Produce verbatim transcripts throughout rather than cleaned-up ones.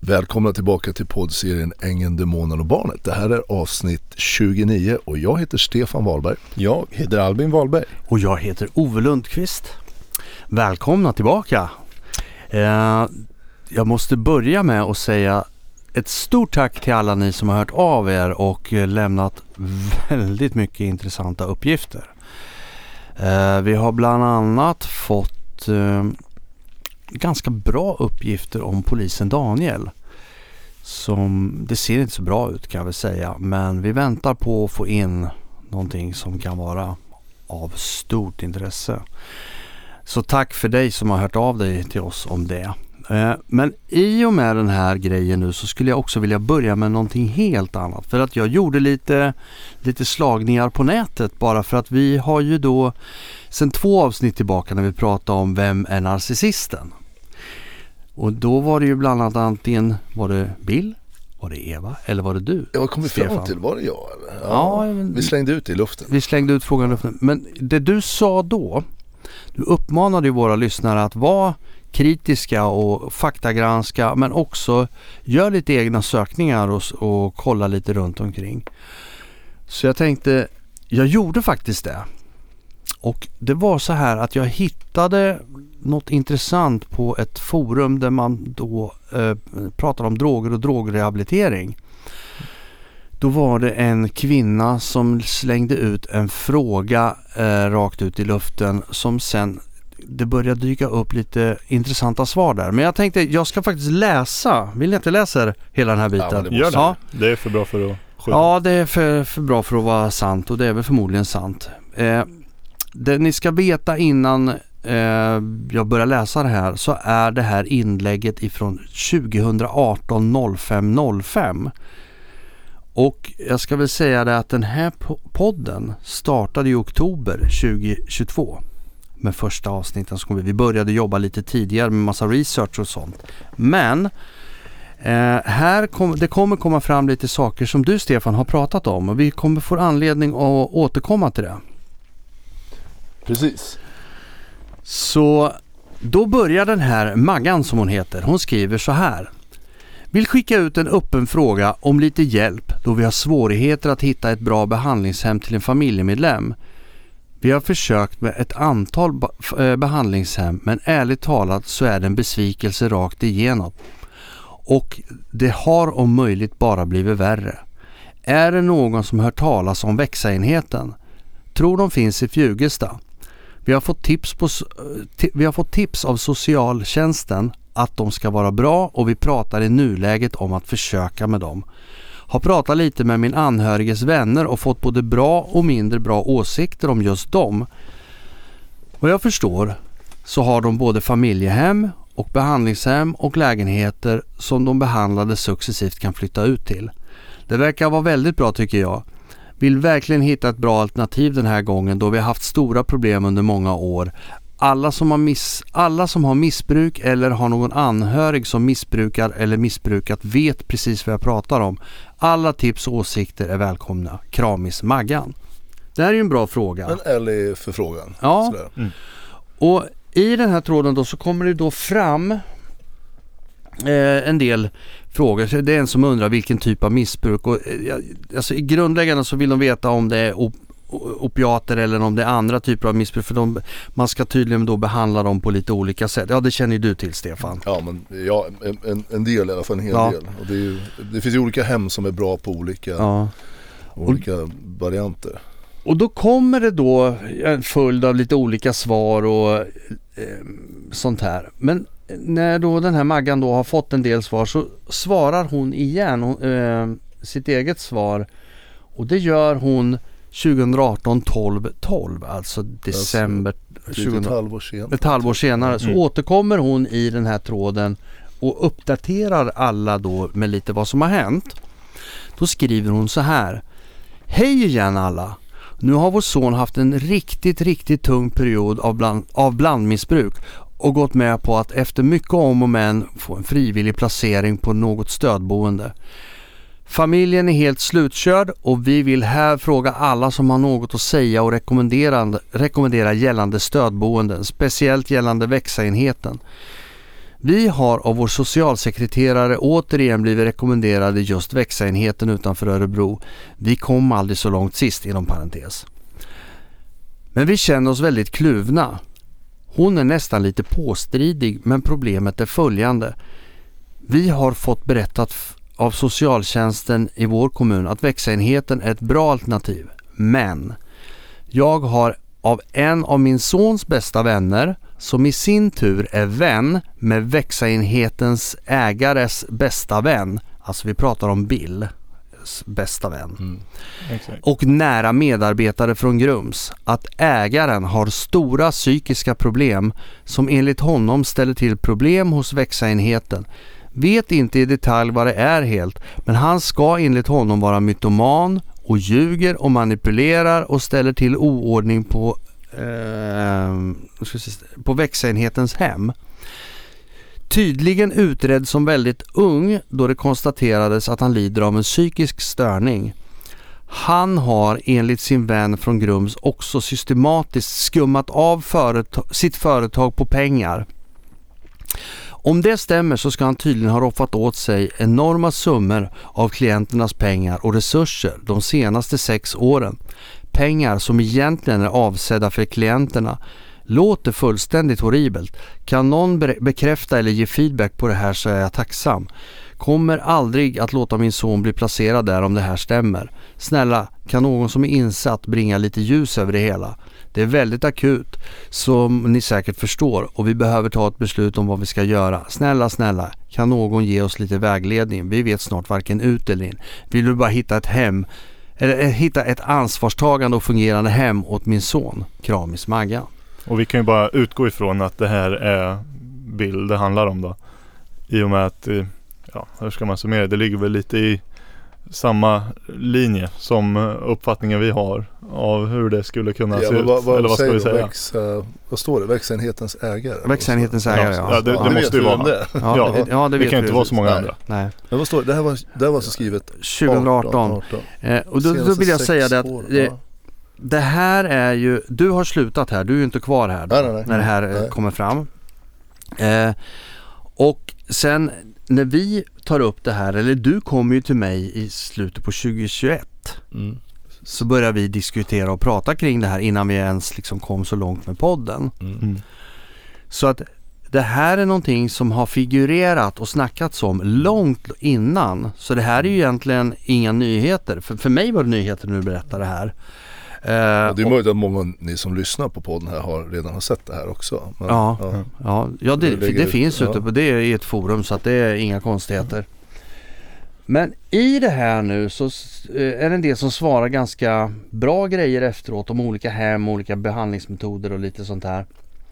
Välkomna tillbaka till poddserien Ängeln, Demonen och Barnet. Det här är avsnitt tjugonio och jag heter Stefan Wahlberg. Jag heter Albin Wahlberg. Och jag heter Ove Lundqvist. Välkomna tillbaka. Eh, jag måste börja med att säga ett stort tack till alla ni som har hört av er och lämnat väldigt mycket intressanta uppgifter. Eh, vi har bland annat fått eh, ganska bra uppgifter om polisen Daniel. Som, det ser inte så bra ut kan jag väl säga, men vi väntar på att få in någonting som kan vara av stort intresse. Så tack för dig som har hört av dig till oss om det. Eh, men i och med den här grejen nu så skulle jag också vilja börja med någonting helt annat. För att jag gjorde lite, lite slagningar på nätet bara för att vi har ju då sen två avsnitt tillbaka när vi pratade om vem är narcissisten. Och då var det ju bland annat antingen var det Bill, var det Eva eller var det du? Jag kom fram till, var det jag eller? Ja, ja men, vi slängde ut det i luften. Vi slängde ut frågan i luften. Men det du sa då, du uppmanade ju våra lyssnare att vara kritiska och faktagranska, men också gör lite egna sökningar och, och kolla lite runt omkring. Så jag tänkte, jag gjorde faktiskt det. Och det var så här att jag hittade något intressant på ett forum där man då eh, pratar om droger och drogrehabilitering. Då var det en kvinna som slängde ut en fråga eh, rakt ut i luften som sen det började dyka upp lite intressanta svar där. Men jag tänkte, jag ska faktiskt läsa. Vill ni inte läsa hela den här biten? Ja, det Gör det. Ja. Det är för bra för att skjuta. Ja, det är för, för bra för att vara sant och det är väl förmodligen sant. Eh, det ni ska veta innan eh, jag börjar läsa det här så är det här inlägget ifrån tjugohundraarton noll fem noll fem. Och jag ska väl säga det att den här podden startade i oktober tjugohundratjugotvå med första avsnitten. Så vi började jobba lite tidigare med massa research och sånt. Men eh, här kom, det kommer komma fram lite saker som du Stefan har pratat om och vi kommer få anledning att återkomma till det. Precis. Så då börjar den här Maggan som hon heter. Hon skriver så här. Vill skicka ut en öppen fråga om lite hjälp då vi har svårigheter att hitta ett bra behandlingshem till en familjemedlem. Vi har försökt med ett antal behandlingshem men ärligt talat så är det en besvikelse rakt igenom. Och det har om möjligt bara blivit värre. Är det någon som hört talas om växa-enheten? Tror de finns i Fjugesta. Vi har fått tips på, vi har fått tips av socialtjänsten att de ska vara bra och vi pratar i nuläget om att försöka med dem. Har pratat lite med min anhöriges vänner och fått både bra och mindre bra åsikter om just dem. Vad jag förstår så har de både familjehem och behandlingshem och lägenheter som de behandlade successivt kan flytta ut till. Det verkar vara väldigt bra tycker jag. Vill verkligen hitta ett bra alternativ den här gången då vi har haft stora problem under många år. Alla som har, miss, alla som har missbruk eller har någon anhörig som missbrukar eller missbrukat vet precis vad jag pratar om. Alla tips och åsikter är välkomna. Kramis Maggan. Det här är ju en bra fråga. En ärlig förfrågan. Ja. Mm. Och i den här tråden då så kommer det då fram eh, en del frågor. Det är en som undrar vilken typ av missbruk. Och, eh, alltså, i grundläggande så vill de veta om det är op- opiater eller om det är andra typer av missbruk. För de, man ska tydligen då behandla dem på lite olika sätt. Ja, det känner du till, Stefan. Ja, men ja, en, en del i alla fall, en hel ja. del. Och det, är ju, det finns ju olika hem som är bra på olika, ja. olika och, varianter. Och då kommer det då en följd av lite olika svar och eh, sånt här. Men när då den här Maggan då har fått en del svar så svarar hon igen eh, sitt eget svar. Och det gör hon tjugohundraarton tolv tolv, alltså december alltså, tjugohundra, ett halvår senare, ett halvår senare så mm. återkommer hon i den här tråden och uppdaterar alla då med lite vad som har hänt. Då skriver hon så här: hej igen alla! Nu har vår son haft en riktigt, riktigt tung period av, bland, av blandmissbruk och gått med på att efter mycket om och men få en frivillig placering på något stödboende. Familjen är helt slutkörd och vi vill här fråga alla som har något att säga och rekommendera, rekommendera gällande stödboenden, speciellt gällande växa-enheten. Vi har av vår socialsekreterare återigen blivit rekommenderade just växa-enheten utanför Örebro. Vi kom aldrig så långt sist, inom parentes. Men vi känner oss väldigt kluvna. Hon är nästan lite påstridig, men problemet är följande. Vi har fått berättat av socialtjänsten i vår kommun att växa-enheten är ett bra alternativ. Men jag har av en av min sons bästa vänner, som i sin tur är vän med växa-enhetens ägares bästa vän. Alltså vi pratar om Bill, bästa vän. Mm. Exakt. Och nära medarbetare från Grums, att ägaren har stora psykiska problem som enligt honom ställer till problem hos växa-enheten. Vet inte i detalj vad det är helt, men han ska enligt honom vara mytoman och ljuger och manipulerar och ställer till oordning på, eh, på växa-enhetens hem. Tydligen utredd som väldigt ung då det konstaterades att han lider av en psykisk störning. Han har enligt sin vän från Grums också systematiskt skummat av företag, sitt företag på pengar. Om det stämmer så ska han tydligen ha roffat åt sig enorma summor av klienternas pengar och resurser de senaste sex åren. Pengar som egentligen är avsedda för klienterna. Låter fullständigt horribelt. Kan någon bekräfta eller ge feedback på det här så är jag tacksam. Kommer aldrig att låta min son bli placerad där om det här stämmer. Snälla, kan någon som är insatt bringa lite ljus över det hela? Det är väldigt akut, som ni säkert förstår, och vi behöver ta ett beslut om vad vi ska göra. Snälla, snälla, kan någon ge oss lite vägledning? Vi vet snart varken ut eller in. Vill du bara hitta ett hem, eller hitta ett ansvarstagande och fungerande hem åt min son? Kramis Maggan. Och vi kan ju bara utgå ifrån att det här är Bill det handlar om då. I och med att, ja, hur ska man summera? Det ligger väl lite i samma linje som uppfattningen vi har av hur det skulle kunna ja, se ut. Vad, vad, eller vad ska vi säga? Växa, vad står det? Växa-enhetens ägare? Växa-enhetens ägare, ja. ja. det, det, ja, det det måste ju vara. Det. Ja, ja, det, ja, det, det kan ju inte vara så många Nej. andra. Nej. Men vad står det? Det här var, det här var så skrivet tjugo arton. Eh, och då, då vill jag säga det att det, det här är ju, du har slutat här, du är ju inte kvar här då, nej, nej, nej. när det här nej. kommer fram. Eh, och sen när vi tar upp det här, eller du kommer ju till mig i slutet på tjugo tjugoett, mm. så börjar vi diskutera och prata kring det här innan vi ens liksom kom så långt med podden. Mm. Så att det här är någonting som har figurerat och snackats om långt innan. Så det här är ju egentligen inga nyheter. För, för mig var det nyheter när du berättar det här. Uh, ja, det är möjligt att många av ni som lyssnar på podden här har redan har sett det här också. Men, ja, ja. ja, ja det, det, det finns ja. ute på det i ett forum, så att det är inga konstigheter. Men i det här nu så är det en del som svarar ganska bra grejer efteråt om olika hem, olika behandlingsmetoder och lite sånt här.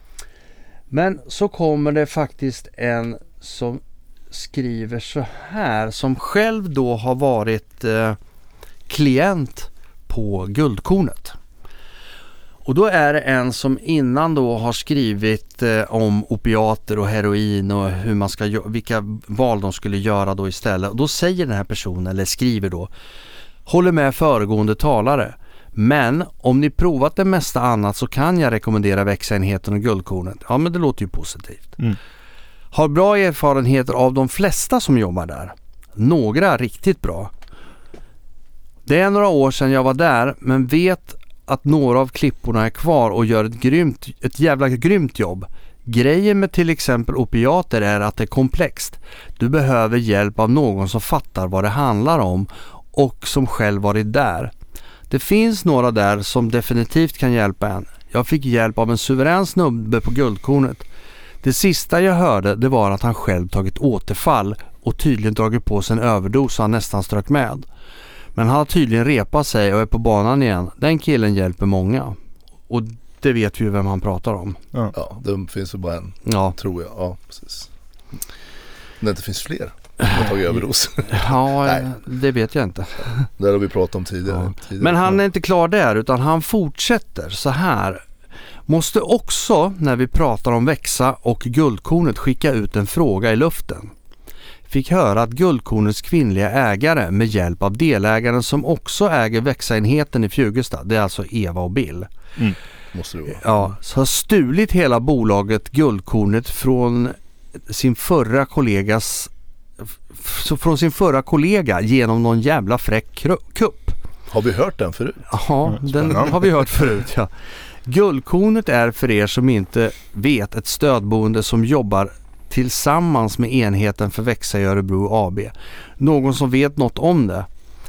Men så kommer det faktiskt en som skriver så här, som själv då har varit eh, klient på Guldkornet. Och då är det en som innan då har skrivit eh, om opiater och heroin och hur man ska, vilka val de skulle göra då istället. Och då säger den här personen, eller skriver då, håller med föregående talare. Men om ni provat det mesta annat så kan jag rekommendera växa-enheten och Guldkornet. Ja, men det låter ju positivt. Mm. Har bra erfarenheter av de flesta som jobbar där. Några riktigt bra. Det är några år sedan jag var där, men vet att några av klipporna är kvar och gör ett, grymt, ett jävla grymt jobb. Grejen med till exempel opiater är att det är komplext. Du behöver hjälp av någon som fattar vad det handlar om och som själv varit där. Det finns några där som definitivt kan hjälpa en. Jag fick hjälp av en suverän snubbe på Guldkornet. Det sista jag hörde det var att han själv tagit återfall och tydligen dragit på sig en överdos så han nästan strök med. Men han har tydligen repat sig och är på banan igen. Den killen hjälper många. Och det vet vi ju vem han pratar om. Ja, ja det finns ju bara en, ja. tror jag. Ja, precis. Men det inte finns fler. Jag tagit överdos. Ja, Nej. det vet jag inte. Det har vi pratat om tidigare. Ja. tidigare. Men han är inte klar där, utan han fortsätter så här. Måste också när vi pratar om växa och Guldkornet skicka ut en fråga i luften. Fick höra att Guldkornets kvinnliga ägare med hjälp av delägaren som också äger växa-enheten i Fjugesta, det är alltså Eva och Bill. Mm. Måste det vara. Ja, så har stulit hela bolaget Guldkornet från sin förra kollegas från sin förra kollega genom någon jävla fräck kupp. Har vi hört den förut? Ja, den har vi hört förut, ja. Guldkornet är för er som inte vet ett stödboende som jobbar tillsammans med enheten för Växa i Örebro A B. Någon som vet något om det.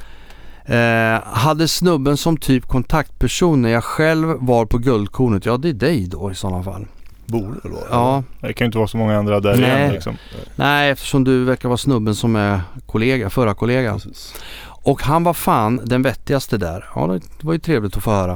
Eh, hade snubben som typ kontaktperson när jag själv var på Guldkornet. Ja, det är dig då i sådana fall. Borde det vara? Ja. Det kan ju inte vara så många andra där Nej. igen liksom. Nej, eftersom du verkar vara snubben som är kollega, förra kollega. Precis. Och han var fan den vettigaste där. Ja, det var ju trevligt att få höra.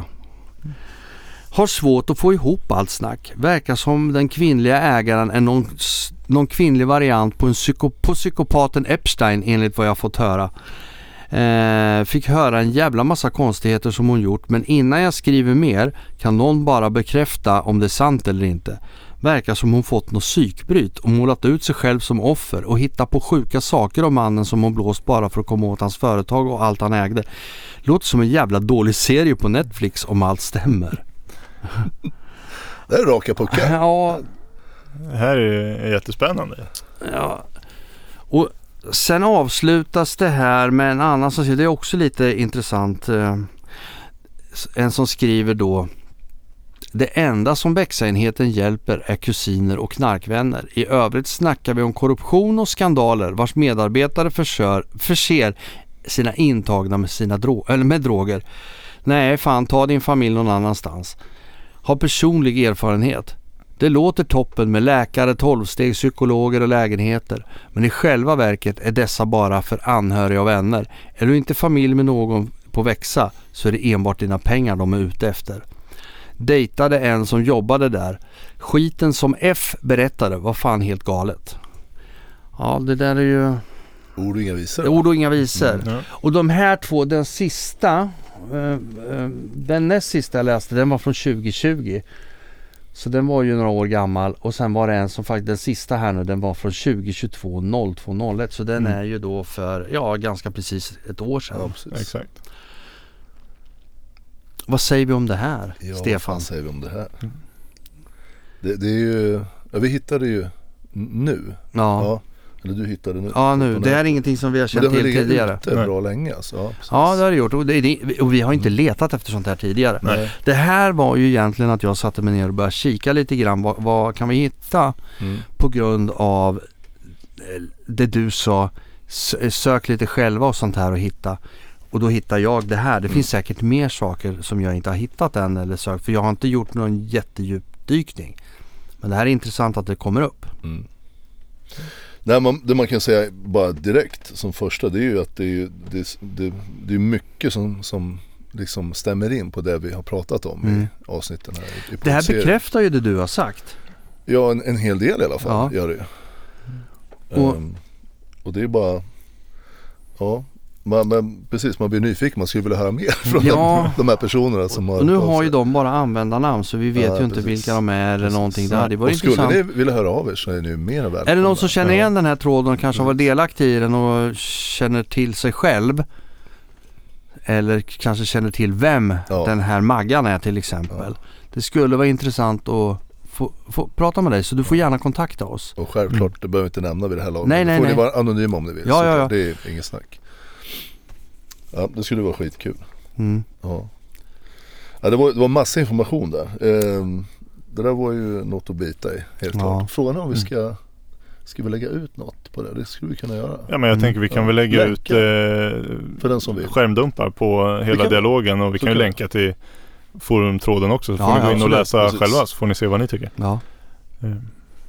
Har svårt att få ihop allt snack. Verkar som den kvinnliga ägaren är någon, någon kvinnlig variant på, en psyko, på psykopaten Epstein enligt vad jag fått höra. Eh, fick höra en jävla massa konstigheter som hon gjort, men innan jag skriver mer kan någon bara bekräfta om det är sant eller inte. Verkar som hon fått något psykbryt och målat ut sig själv som offer och hittat på sjuka saker om mannen som hon blåst bara för att komma åt hans företag och allt han ägde. Låter som en jävla dålig serie på Netflix om allt stämmer. Det är raka puckar. Ja. Det här är jättespännande. Ja. Och sen avslutas det här med en annan som säger, det är också lite intressant. En som skriver då: det enda som växaenheten hjälper är kusiner och knarkvänner. I övrigt snackar vi om korruption och skandaler vars medarbetare försör, förser sina intagna med, sina dro- eller med droger. Nej, fan, ta din familj någon annanstans. Har personlig erfarenhet. Det låter toppen med läkare, tolvsteg, psykologer och lägenheter. Men i själva verket är dessa bara för anhöriga och vänner. Är du inte familj med någon på Växa så är det enbart dina pengar de är ute efter. Dejtade en som jobbade där. Skiten som F berättade var fan helt galet. Ja, det där är ju... Ord och inga visor. Ord och inga visor. Mm, ja. Och de här två, den sista, den näst sista jag läste, den var från tjugo tjugo. Så den var ju några år gammal. Och sen var det en som faktiskt, den sista här nu, den var från tjugo tjugotvå noll två noll ett. Så den mm. är ju då för, ja, ganska precis ett år sedan. Ja, precis. Exakt. Vad säger vi om det här, ja, Stefan? Vad säger vi om det här? Mm. Det, det är ju, ja, vi hittade ju nu. Ja. ja. Eller du hittade nu. Ja, nu. Det här är ingenting som vi har känt till tidigare. Det har bra länge alltså. Ja, ja, det har det gjort. Och, det, och vi har inte letat efter sånt här tidigare. Nej. Det här var ju egentligen att jag satte mig ner och började kika lite grann. Vad, vad kan vi hitta mm. på grund av det du sa, sök lite själva och sånt här och hitta. Och då hittar jag det här. Det mm. finns säkert mer saker som jag inte har hittat än eller sökt. För jag har inte gjort någon jättedjupdykning. Men det här är intressant att det kommer upp. Mm. Nej, man, det man kan säga bara direkt som första, det är ju att det är, det, det, det är mycket som, som liksom stämmer in på det vi har pratat om mm. i avsnitten här. I det här bekräftar ju det du har sagt. Ja, en, en hel del i alla fall ja. gör det ju. Och, um, och det är bara, ja, man, man, precis, man blir nyfiken, man skulle vilja höra mer från ja. de, de här personerna som har... Och nu har ju de bara användarnamn så vi vet ja, ju inte precis. vilka de är eller precis. någonting. Det hade varit och skulle intressant. ni vilja höra av er så är ni ju mer välkomna. Är det någon som känner igen ja. den här tråden och kanske har varit delaktig i den och känner till sig själv? Eller kanske känner till vem ja. den här Maggan är till exempel. Ja. Det skulle vara intressant att få, få prata med dig, så du får gärna kontakta oss. Och självklart, mm. det behöver inte nämna vid det här laget. Nej, nej, får nej. ni vara anonyma om ni vill. Ja, ja, ja. Det är inget snack. Ja, det skulle vara skitkul. Mm. Ja. Ja, det var, det var massa information där. Ehm, det där var ju något att bita i, helt ja. klart. Frågan är om vi ska, ska vi lägga ut något på det. Det skulle vi kunna göra. Ja, men jag mm. tänker vi kan ja. väl lägga länka ut eh, för den som vill. skärmdumpar på hela kan, dialogen och vi kan ju länka till forumtråden också. Så ja, får ni gå in och läsa precis. själva så får ni se vad ni tycker. Ja. Mm.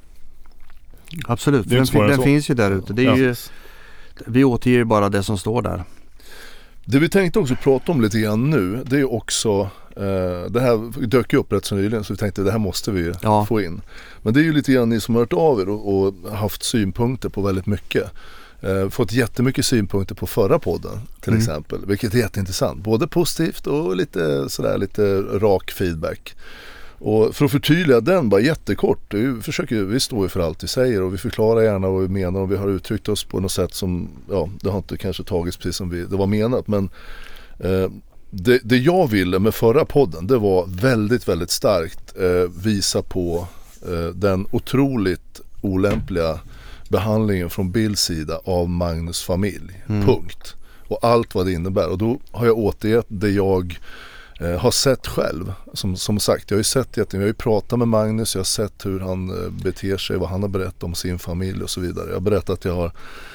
Absolut, den, fin- den finns ju där ute. Det är ja. ju, vi återger bara det som står där. Det vi tänkte också prata om lite grann nu, det är också, eh, det här dök ju upp rätt så nyligen så vi tänkte det här måste vi ja. få in. Men det är ju lite grann ni som har hört av er och, och haft synpunkter på väldigt mycket. Eh, fått jättemycket synpunkter på förra podden till mm. exempel, vilket är jätteintressant. Både positivt och lite sådär lite rak feedback. Och för att förtydliga den bara jättekort, vi, försöker, vi står ju för allt vi säger och vi förklarar gärna vad vi menar och vi har uttryckt oss på något sätt som, ja, det har inte kanske tagits precis som vi, det var menat, men eh, det, det jag ville med förra podden, det var väldigt, väldigt starkt eh, visa på eh, den otroligt olämpliga behandlingen från Bills sida av Magnus familj. Mm. Punkt. Och allt vad det innebär. Och då har jag återgett det jag eh, har sett själv. Som, som sagt, jag har ju sett jättemycket. Jag har ju pratat med Magnus, jag har sett hur han eh, beter sig, vad han har berättat om sin familj och så vidare. Jag har berättat att jag har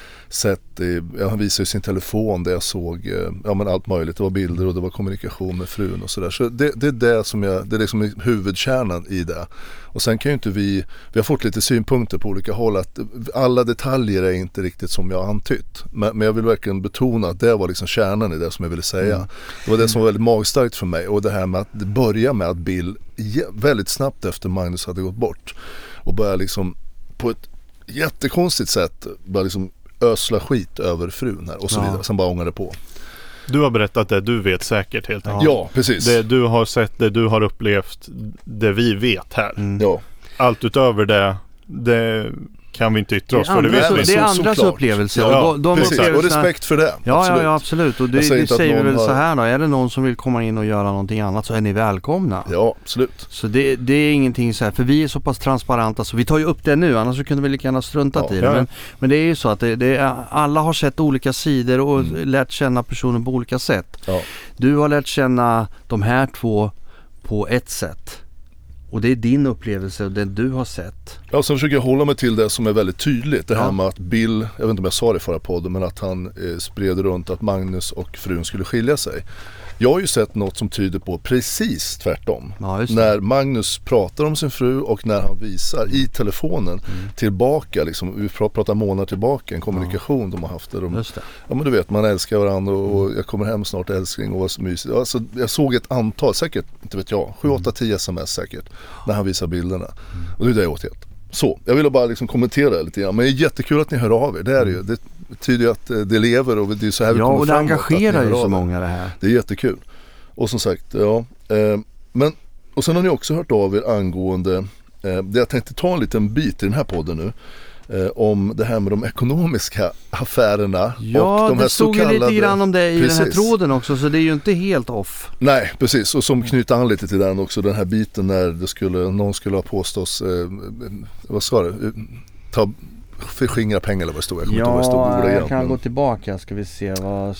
sett, eh, han visade ju sin telefon där jag såg eh, ja, men allt möjligt. Det var bilder och det var kommunikation med frun och sådär. Så det, det är det som jag, det är liksom huvudkärnan i det. Och sen kan ju inte vi, vi har fått lite synpunkter på olika håll att alla detaljer är inte riktigt som jag har antytt. Men, men jag vill verkligen betona att det var liksom kärnan i det som jag ville säga. Mm. Det var det som var väldigt magstarkt för mig. Och det här med att det börjar med att Bill väldigt snabbt efter Magnus hade gått bort och började liksom på ett jättekonstigt sätt bara liksom ösla skit över frun här och så ja. vidare. Sen bara ångade på. Du har berättat det du vet säkert helt enkelt. Ja, precis. Det du har sett, det du har upplevt, det vi vet här. Mm. Ja. Allt utöver det, det kan vi inte yttra oss för. Det, det, så, vi. det är andras upplevelser. Ja, och de precis. Och respekt för det. Ja, absolut. Ja, ja, absolut. Och det, säger, det säger vi väl har... så här då. Är det någon som vill komma in och göra någonting annat så är ni välkomna. Ja, absolut. Så det, det är ingenting så här. För vi är så pass transparenta så vi tar ju upp det nu. Annars så kunde vi lika gärna struntat ja, i det. Men, men det är ju så att det, det är, alla har sett olika sidor och mm. lärt känna personen på olika sätt. Ja. Du har lärt känna de här två på ett sätt. Och det är din upplevelse och det du har sett. Ja, så försöker jag hålla mig till det som är väldigt tydligt. Det här ja. med att Bill, jag vet inte om jag sa det i förra podden, men att han eh, spred runt att Magnus och frun skulle skilja sig. Jag har ju sett något som tyder på precis tvärtom. Ja, när Magnus pratar om sin fru och när han visar i telefonen mm. tillbaka, liksom, vi pratar månader tillbaka, en kommunikation ja. de har haft. Där de, Just det. Ja, men du vet, man älskar varandra och, och jag kommer hem snart älskling och vad så mysigt. Alltså, jag såg ett antal, säkert, inte vet jag, sju, åtta, tio sms säkert när han visar bilderna. Mm. Och det är det jag återgett. Så, jag ville bara liksom kommentera det lite grann. Men det är jättekul att ni hör av er, det är det ju. Det betyder ju att det lever och det är så här vi ja, kommer och det framåt, engagerar ju så många det här. Det är jättekul. Och som sagt, ja. Eh, men, och sen har ni också hört av er angående, eh, det jag tänkte ta en liten bit i den här podden nu. Eh, om det här med de ekonomiska affärerna. Ja, och de här det stod så kallade, lite grann om det i precis. den här tråden också, så det är ju inte helt off. Nej, precis. Och som knyter an lite till den också, den här biten när det skulle, någon skulle ha påstås, eh, vad ska det, ta, förskingra pengar eller vad det stod. Jag ja, vad stod ordet, jag kan men... gå tillbaka, ska vi se vad...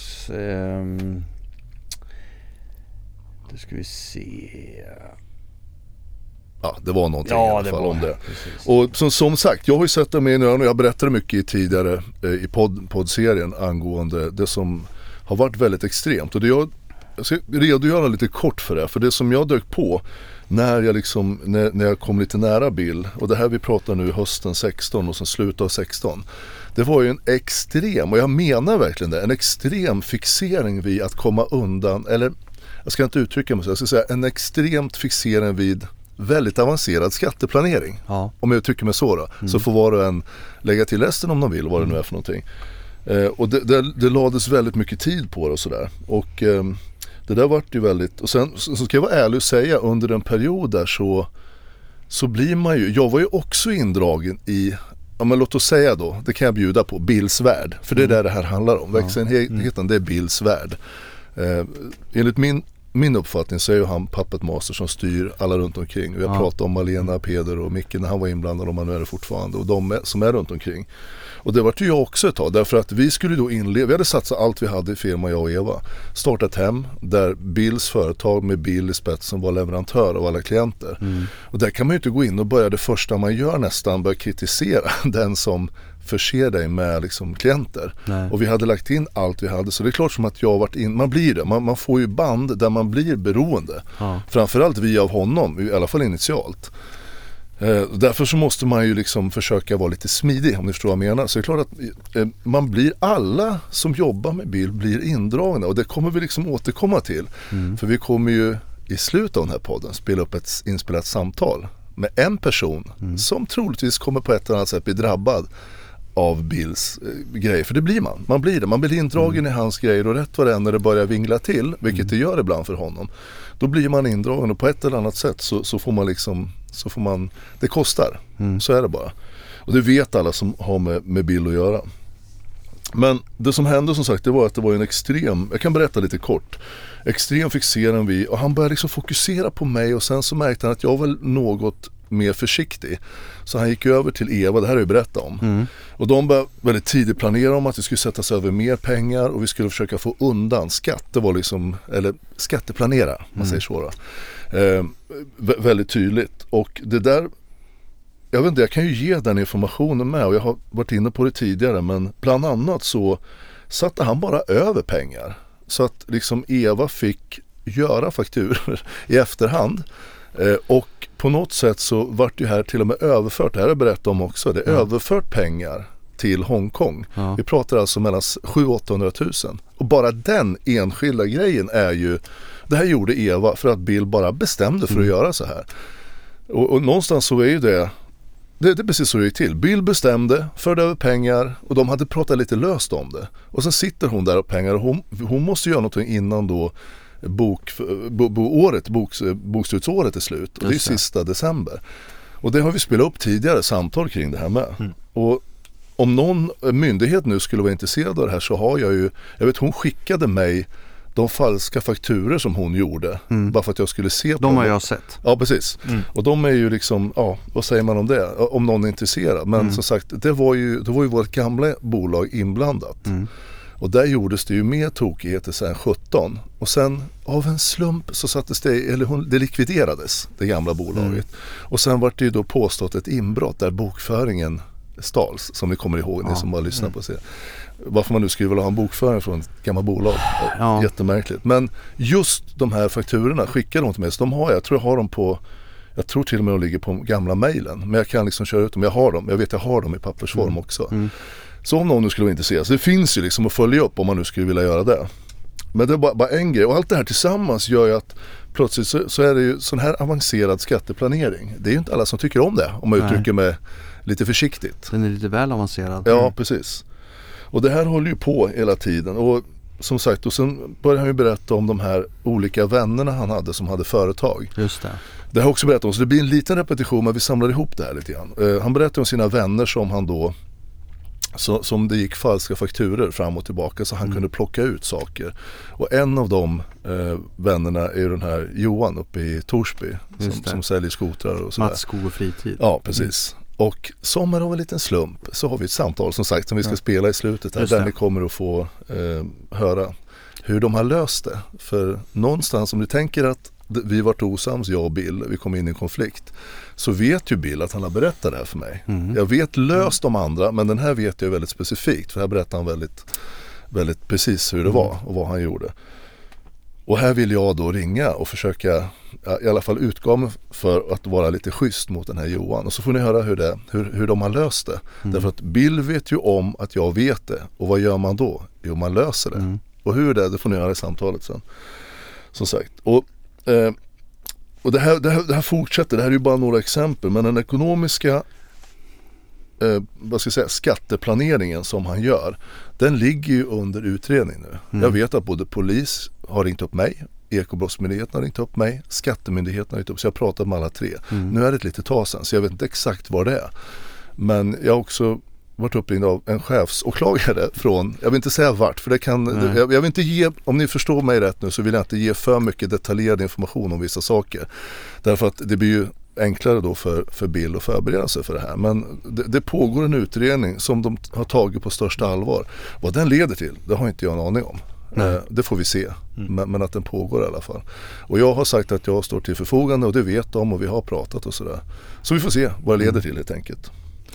Um, det ska vi se... Ja, det var någonting ja, i alla det fall var, om det. Precis. Och som, som sagt, jag har ju sett det med nu och jag berättade mycket i tidigare eh, i podd, poddserien angående det som har varit väldigt extremt. Och det jag, jag ska redogöra lite kort för det, för det som jag dök på när jag liksom, när, när jag kom lite nära Bill, och det här vi pratar nu hösten sexton och sen slutet av sexton, det var ju en extrem, och jag menar verkligen det, en extrem fixering vid att komma undan, eller jag ska inte uttrycka mig så, jag ska säga en extremt fixering vid väldigt avancerad skatteplanering. Ja. Om jag uttrycker mig så då. Mm. Så får var och en lägga till resten om de vill, vad det nu är för någonting. Eh, och det, det, det lades väldigt mycket tid på det och sådär. Och eh, det där vart ju väldigt, och sen så ska jag vara ärlig och säga, under en period där så så blir man ju, jag var ju också indragen i, ja men låt oss säga då, det kan jag bjuda på, Bills värld. För det är mm. där det här handlar om. Verksamheten, mm. det är Bills värld. Eh, enligt min Min uppfattning så är ju han Puppet Master som styr alla runt omkring. Vi har ja. pratat om Malena, Peder och Micke när han var inblandad, och man är det fortfarande, och de som är runt omkring. Och det var ju jag också ett tag, därför att vi skulle då inleda, vi hade satsat allt vi hade i firman, jag och Eva. Startat ett hem där Bills företag med Bill i spetsen var leverantör av alla klienter. Mm. Och där kan man ju inte gå in och börja, det första man gör nästan, börja kritisera den som förser dig med liksom klienter. Nej. Och vi hade lagt in allt vi hade, så det är klart som att jag har varit in, man blir det, man, man får ju band där man blir beroende. Ja. Framförallt vi av honom, i alla fall initialt. Eh, därför så måste man ju liksom försöka vara lite smidig, om ni förstår vad jag menar. Så det är klart att eh, man blir, alla som jobbar med Bill blir indragna, och det kommer vi liksom återkomma till. Mm. För vi kommer ju i slutet av den här podden spela upp ett inspelat samtal med en person mm. som troligtvis kommer på ett eller annat sätt bli drabbad av Bills eh, grejer, för det blir man. Man blir det, man blir indragen mm. i hans grejer, och rätt vad det är när det börjar vingla till, vilket mm. det gör ibland för honom, då blir man indragen, och på ett eller annat sätt så, så får man liksom, så får man, det kostar. Mm. Så är det bara. Och det vet alla som har med, med Bill att göra. Men det som hände som sagt, det var att det var en extrem, jag kan berätta lite kort, extrem fixering vi, och han började liksom fokusera på mig, och sen så märkte han att jag var något mer försiktig. Så han gick över till Eva, det här har jag berättat om. Mm. Och de började väldigt tidigt planera om att vi skulle sätta sig över mer pengar och vi skulle försöka få undan skatt. Det var liksom, eller skatteplanera, man mm. säger så då. Eh, vä- väldigt tydligt. Och det där, jag vet inte, jag kan ju ge den informationen med och jag har varit inne på det tidigare, men bland annat så satte han bara över pengar. Så att liksom Eva fick göra fakturer i efterhand. Eh, och på något sätt så vart det här till och med överfört, det här har jag berättat om också, det är ja. överfört pengar till Hongkong. Ja. Vi pratar alltså mellan sju till åttahundra tusen. Och bara den enskilda grejen är ju, det här gjorde Eva för att Bill bara bestämde för mm. att göra så här. Och, och någonstans så är ju det, det, det är precis så det gick till. Bill bestämde, förde över pengar och de hade pratat lite löst om det. Och sen sitter hon där och pengar och hon, hon måste göra någonting innan då bok, bo, bo, året, boks, bokslutsåret är slut. Och det är sista december. Och det har vi spelat upp tidigare samtal kring det här med. Mm. Och om någon myndighet nu skulle vara intresserad av det här så har jag ju, jag vet hon skickade mig de falska fakturer som hon gjorde mm. bara för att jag skulle se på de har dem. jag sett. Ja, precis. Mm. Och de är ju liksom, ja, vad säger man om det? Om någon är intresserad. Men mm. som sagt, det var ju, det var ju vårt gamla bolag inblandat. Mm. Och där gjordes det ju mer tokigheter sen sjutton. Och sen av en slump så sattes det, eller hon, det likviderades, det gamla bolaget. Mm. Och sen var det ju då påstått ett inbrott där bokföringen stals, som ni kommer ihåg, ja. Ni som bara lyssnar mm. på sig. Varför man nu skulle vilja ha en bokföring från ett gammalt bolag. Ja. Jättemärkligt. Men just de här fakturorna skickade de till mig. Så de har jag, jag tror jag har dem på, jag tror till och med de ligger på gamla mejlen. Men jag kan liksom köra ut dem, jag har dem. Jag vet jag har dem i pappersform mm. också. Mm. Så om någon nu skulle vara intresserad. Så det finns ju liksom att följa upp om man nu skulle vilja göra det. Men det är bara, bara en grej. Och allt det här tillsammans gör ju att plötsligt så, så är det ju sån här avancerad skatteplanering. Det är ju inte alla som tycker om det, om man Nej. uttrycker mig lite försiktigt. Den är lite väl avancerad. Ja, mm. precis. Och det här håller ju på hela tiden. Och som sagt, och sen började han ju berätta om de här olika vännerna han hade som hade företag. Just det. Det har jag också berättat om, så det blir en liten repetition, men vi samlar ihop det här lite grann. Uh, han berättade om sina vänner som han då, så, som det gick falska fakturer fram och tillbaka, så han mm. kunde plocka ut saker. Och en av de uh, vännerna är den här Johan uppe i Torsby som, som säljer skotrar och sådär. Mats Skog och fritid. Ja, precis. Mm. Och som av en liten slump så har vi ett samtal som sagt som vi ska ja. spela i slutet här, där ni kommer att få eh, höra hur de har löst det. För någonstans om ni tänker att vi varit osams, jag och Bill, vi kom in i en konflikt, så vet ju Bill att han har berättat det här för mig. Mm. Jag vet löst om andra, men den här vet jag väldigt specifikt, för här berättar han väldigt, väldigt precis hur det mm. var och vad han gjorde. Och här vill jag då ringa och försöka i alla fall utgå mig för att vara lite schysst mot den här Johan. Och så får ni höra hur, det, hur, hur de har löst det. Mm. Därför att Bill vet ju om att jag vet det. Och vad gör man då? Jo, man löser det. Mm. Och hur det är, det får ni höra i samtalet sen. Som sagt. Och, eh, och det, här, det, här, det här fortsätter. Det här är ju bara några exempel. Men den ekonomiska eh, vad ska jag säga, skatteplaneringen som han gör, den ligger ju under utredning nu. Mm. Jag vet att både polis har ringt upp mig, Ekobrottsmyndigheten har ringt upp mig, Skattemyndigheten har ringt upp, så jag har pratat med alla tre. Mm. Nu är det ett litet tag sedan, så jag vet inte exakt vad det är. Men jag har också varit uppringd av en chefsåklagare från, jag vill inte säga vart, för det kan, jag, jag vill inte ge, om ni förstår mig rätt nu, så vill jag inte ge för mycket detaljerad information om vissa saker. Därför att det blir ju enklare då för, för Bill att förbereda sig för det här. Men det, det pågår en utredning som de har tagit på största allvar. Vad den leder till, det har inte jag en aning om. Eh, det får vi se. Mm. Men, men att den pågår i alla fall. Och jag har sagt att jag står till förfogande och det vet de och vi har pratat och sådär. Så vi får se vad det leder till helt enkelt.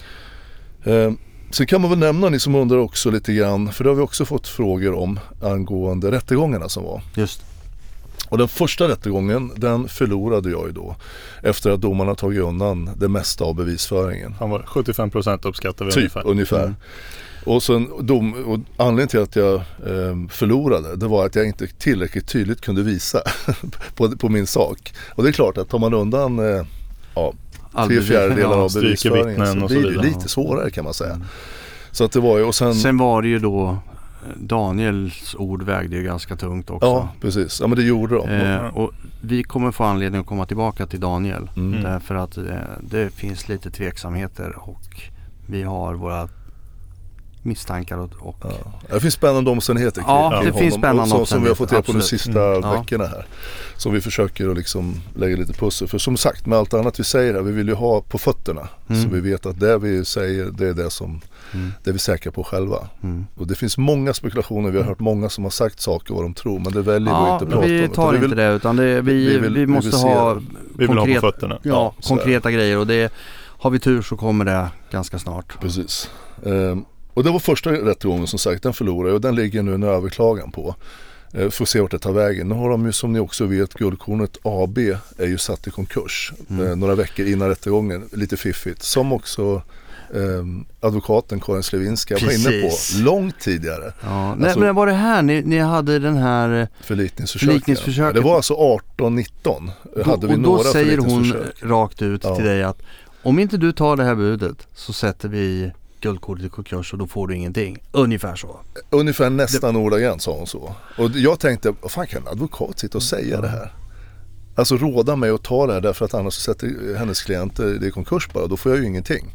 Eh, sen kan man väl nämna, ni som undrar också lite grann, för det har vi också fått frågor om angående rättegångarna som var. Just. Och den första rättegången, den förlorade jag ju då efter att domarna tagit undan det mesta av bevisföringen. Han var sjuttiofem procent uppskattade typ, ungefär. ungefär. Mm. Och, sen, dom, och anledningen till att jag eh, förlorade, det var att jag inte tillräckligt tydligt kunde visa på, på min sak. Och det är klart att tar man undan eh, ja, tre fjärdedelar ja, av bevisföringen så blir det lite svårare kan man säga. Mm. Så att det var ju, och sen, sen var det ju då Daniels ord vägde ju ganska tungt också. Ja, precis. Ja, men det gjorde de. Eh, och vi kommer få anledning att komma tillbaka till Daniel. Mm. Därför att eh, det finns lite tveksamheter och vi har våra misstankar. Och, och... Ja. Det finns spännande omständigheter kring, ja, kring det honom. finns spännande och så, som vi har fått reda på de sista mm. veckorna här. Som vi försöker att liksom lägga lite pussel. För som sagt, med allt annat vi säger här, vi vill ju ha på fötterna. Mm. Så vi vet att det vi säger, det är det som mm. det vi är säkra på själva. Mm. Och det finns många spekulationer, vi har hört många som har sagt saker vad de tror, men det väljer ja, vi inte att prata vi om. tar inte vi vill, det, utan det, vi, vi, vill, vi måste vi ha vi vill konkret, ha på fötterna. Ja, ja konkreta grejer, och det, har vi tur så kommer det ganska snart. Precis. Um, och det var första rättegången som sagt, den förlorade och den ligger nu en överklagan på. Uh, får se vart det tar vägen. Nu har de ju, som ni också vet, Guldkornet A B är ju satt i konkurs mm. uh, några veckor innan rättegången, lite fiffigt. Som också um, advokaten Karin Slevinska var inne på långt tidigare. Ja. Alltså, men var det här ni, ni hade den här förlikningsförsöket? Det var alltså arton nitton. Hade vi och några då säger hon rakt ut ja. till dig att om inte du tar det här budet så sätter vi Guldkornet i konkurs och då får du ingenting. Ungefär så. Ungefär nästan det... ordagrant sa hon så. Och jag tänkte, vad fan kan en advokat sitta och säga mm. det här? Alltså råda mig att ta det här därför att annars sätter hennes klienter i konkurs bara. Då får jag ju ingenting.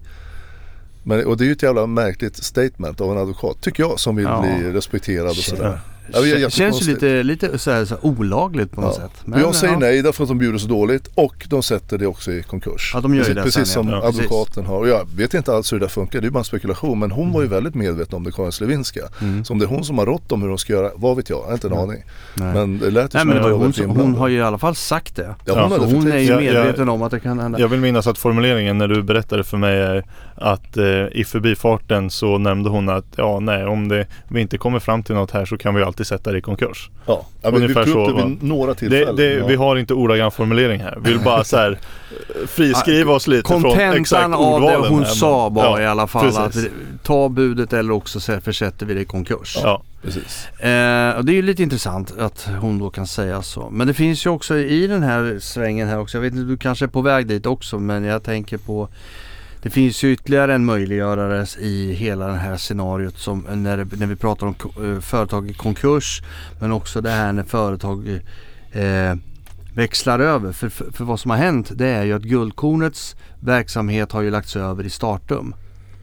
Men, och det är ju ett jävla märkligt statement av en advokat, tycker jag, som vill ja. bli respekterad och sådär. Ja, det känns ju lite, lite så här, så här olagligt på något ja. sätt. Men jag säger ja. nej därför att de bjuder så dåligt och de sätter det också i konkurs. Ja, de gör precis, det precis sen, som ja. advokaten precis. har. Och jag vet inte alls hur det där funkar, det är bara en spekulation. Men hon mm. var ju väldigt medveten om det, Karin Slevinska. Mm. Så om det är hon som har rått om hur de ska göra, vad vet jag, jag har inte en mm. aning. Nej. Men det lät ju nej, men det var hon, som, hon har ju i alla fall sagt det. Ja, hon, ja, hon är ju medveten jag, jag, om att det kan hända. Jag vill minnas att formuleringen när du berättade för mig är att eh, i förbifarten så nämnde hon att ja, nej, om det, vi inte kommer fram till något här så kan vi alltid sätta det i konkurs. Ja, ja vi, vi tog upp det vid några tillfällen. Det, det, ja. Vi har inte ordagrant formulering här. Vi vill bara så här friskriva oss lite från exakt av det hon här. sa var ja, i alla fall precis. att ta budet eller också försätter vi det i konkurs. Ja, precis. Eh, och det är ju lite intressant att hon då kan säga så. Men det finns ju också i den här svängen här också, jag vet inte, du kanske är på väg dit också, men jag tänker på det finns ju ytterligare en möjliggörare i hela det här scenariot som när, när vi pratar om uh, företag i konkurs, men också det här när företag uh, växlar över. För, för, för vad som har hänt, det är ju att Guldkornets verksamhet har ju lagts över i Startum.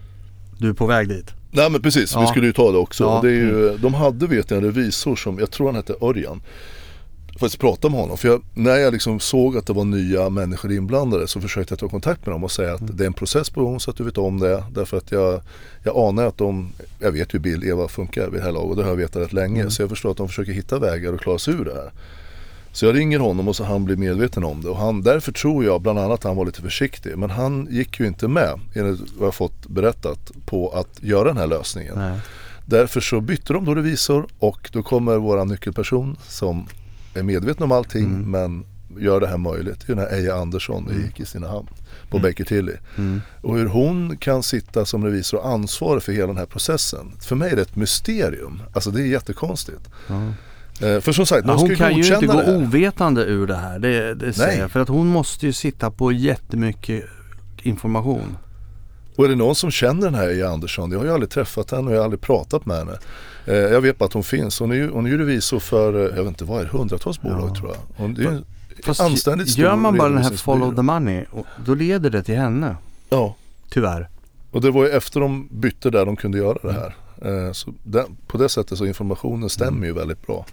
Du är på väg dit. Nej men precis, ja. vi skulle ju ta det också. Ja. Det är ju, de hade vet jag en revisor som, jag tror han hette Örjan. Faktiskt prata med honom, för jag, när jag liksom såg att det var nya människor inblandade så försökte jag ta kontakt med dem och säga att mm. det är en process på gång så att du vet om det, därför att jag, jag anar att de, jag vet ju hur Bill Eva funkar vid det här laget och det har jag vetat rätt länge mm. så jag förstår att de försöker hitta vägar och klara sig ur det här. Så jag ringer honom och så han blir medveten om det och han, därför tror jag bland annat att han var lite försiktig, men han gick ju inte med, enligt vad jag fått berättat, på att göra den här lösningen. Nej. Därför så bytte de då revisor och då kommer våra nyckelperson som är medveten om allting mm. men gör det här möjligt. Den här Eja Andersson mm. i Kristinehamn på mm. Baker Tilly. Mm. Och hur hon kan sitta som revisor och ansvara för hela den här processen. För mig är det ett mysterium. Alltså det är jättekonstigt. Mm. Eh, för som sagt, ja, hon kan ju inte gå det ovetande ur det här. Det, det säger jag. För att hon måste ju sitta på jättemycket information. Och är det någon som känner den här Eja Andersson? Jag har ju aldrig träffat henne och jag har aldrig pratat med henne. Eh, jag vet bara att hon finns. Hon är ju, hon är ju revisor för, jag vet inte vad är det, hundratals bolag ja. tror jag. Hon, det är ju Fast anständigt stor gör man bara den här follow the money, och då leder det till henne. Ja. Tyvärr. Och det var ju efter de bytte där de kunde göra det här. Eh, så den, på det sättet så informationen stämmer mm. ju väldigt bra.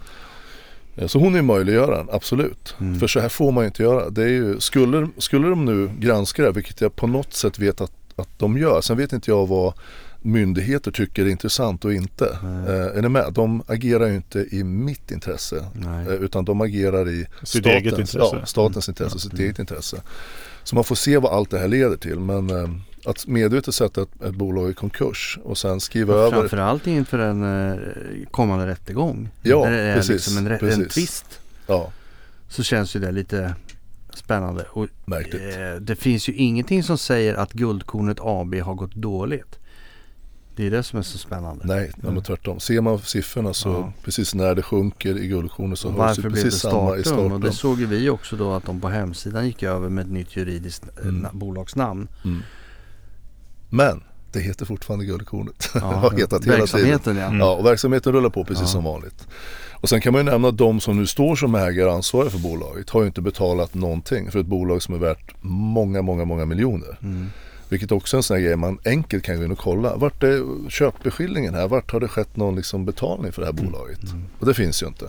Eh, så hon är möjliggöraren, absolut. Mm. För så här får man ju inte göra. Det är ju, skulle, skulle de nu granska det, vilket jag på något sätt vet att att de gör. Sen vet inte jag vad myndigheter tycker är intressant och inte. Eh, är ni med? De agerar ju inte i mitt intresse eh, utan de agerar i sitt statens eget intresse, ja, statens mm. intresse, ja. sitt mm. eget intresse. Så man får se vad allt det här leder till. Men eh, att medvetet sätta ett, ett bolag i konkurs och sen skriva och över... Framförallt inför en eh, kommande rättegång. Ja, där det är precis. Liksom en, precis. en twist. Ja. Så känns ju det lite... spännande. Och, eh, det finns ju ingenting som säger att Guldkornet A B har gått dåligt. Det är det som är så spännande. Nej, mm. men tvärtom. Ser man siffrorna så ja. precis när det sjunker i Guldkornet så hörs det precis samma i starten. Och det såg vi också då att de på hemsidan gick över med ett nytt juridiskt mm. bolagsnamn. Mm. Men det heter fortfarande Guldkornet. Ja, har hetat hela verksamheten, ja. Mm. Ja, och verksamheten rullar på precis ja. som vanligt. Och sen kan man ju nämna att de som nu står som ägare och ansvariga för bolaget har ju inte betalat någonting för ett bolag som är värt många, många, många miljoner. Mm. Vilket också är en sån här grej man enkelt kan gå in och kolla. Vart är köpbeskillingen här? Vart har det skett någon liksom betalning för det här bolaget? Mm. Och det finns ju inte.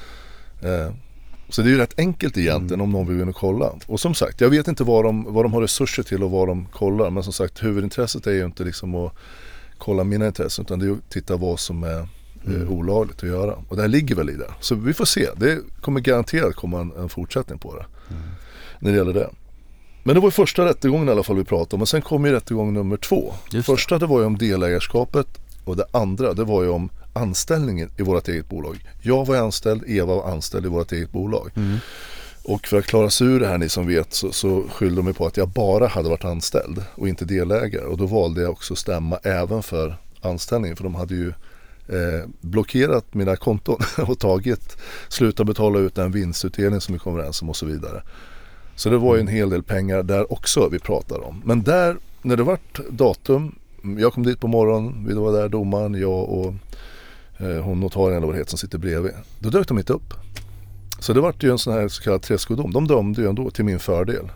Eh, så det är ju rätt enkelt egentligen mm. om någon vill gå in och kolla. Och som sagt, jag vet inte vad de, vad de har resurser till och vad de kollar. Men som sagt, huvudintresset är ju inte liksom att kolla mina intressen, utan det är att titta vad som är mm. eh, olagligt att göra. Och det här ligger väl i det. Så vi får se. Det kommer garanterat komma en, en fortsättning på det. Mm. När det gäller det. Men det var ju första rättegången i alla fall vi pratade om. Och sen kom ju rättegång nummer två. Just första det var ju om delägarskapet. Och det andra det var ju om anställningen i vårt eget bolag. Jag var anställd, Eva var anställd i vårt eget bolag. Mm. Och för att klara sig ur det här, ni som vet, så, så skyllde de mig på att jag bara hade varit anställd och inte delägare. Och då valde jag också stämma även för anställningen. För de hade ju eh, blockerat mina konton och tagit, slutat betala ut en vinstutdelning som vi kom överens om och så vidare. Så det var ju en hel del pengar där också vi pratade om. Men där, när det vart datum, jag kom dit på morgonen, vi var där, domaren, jag och eh, hon notarien eller vad det heter som sitter bredvid. Då dök de inte upp. Så det vart ju en sån här så kallad träskodom. De dömde ju ändå till min fördel.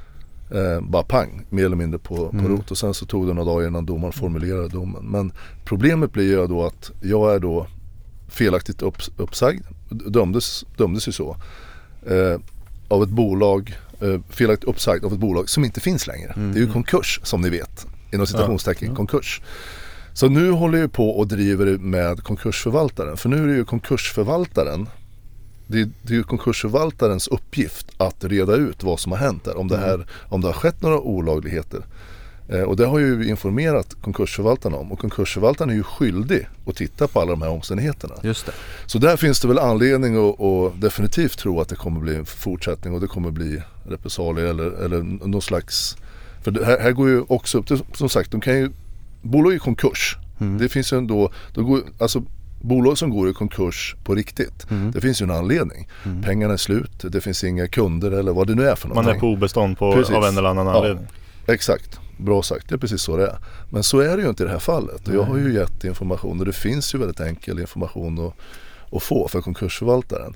Eh, bara pang, mer eller mindre på, på mm. rot. Och sen så tog det några dagar innan domaren formulerade domen. Men problemet blir ju då att jag är då felaktigt upp, uppsagd. Dömdes, dömdes ju så. Eh, av ett bolag, eh, felaktigt uppsagd av ett bolag som inte finns längre. Mm. Det är ju konkurs som ni vet. Inom citationstecken, ja. konkurs. Så nu håller jag på och driver med konkursförvaltaren. För nu är det ju konkursförvaltaren, det är, det är ju konkursförvaltarens uppgift att reda ut vad som har hänt där. Om det, här, om det har skett några olagligheter. Eh, och det har ju informerat konkursförvaltaren om. Och konkursförvaltaren är ju skyldig att titta på alla de här omständigheterna. Just det. Så där finns det väl anledning att, att definitivt tro att det kommer bli en fortsättning. Och det kommer bli repressalier eller, eller någon slags... För det här, här går ju också upp till, som sagt, de kan ju, bolag i konkurs. Mm. Det finns ju ändå, då går, alltså bolag som går i konkurs på riktigt, mm. det finns ju en anledning. Mm. Pengarna är slut, det finns inga kunder eller vad det nu är för någonting. Man är på obestånd på, av en eller annan anledning. Ja, exakt, bra sagt, det är precis så det är. Men så är det ju inte i det här fallet. Och jag har ju gett information och det finns ju väldigt enkel information att, att få för konkursförvaltaren.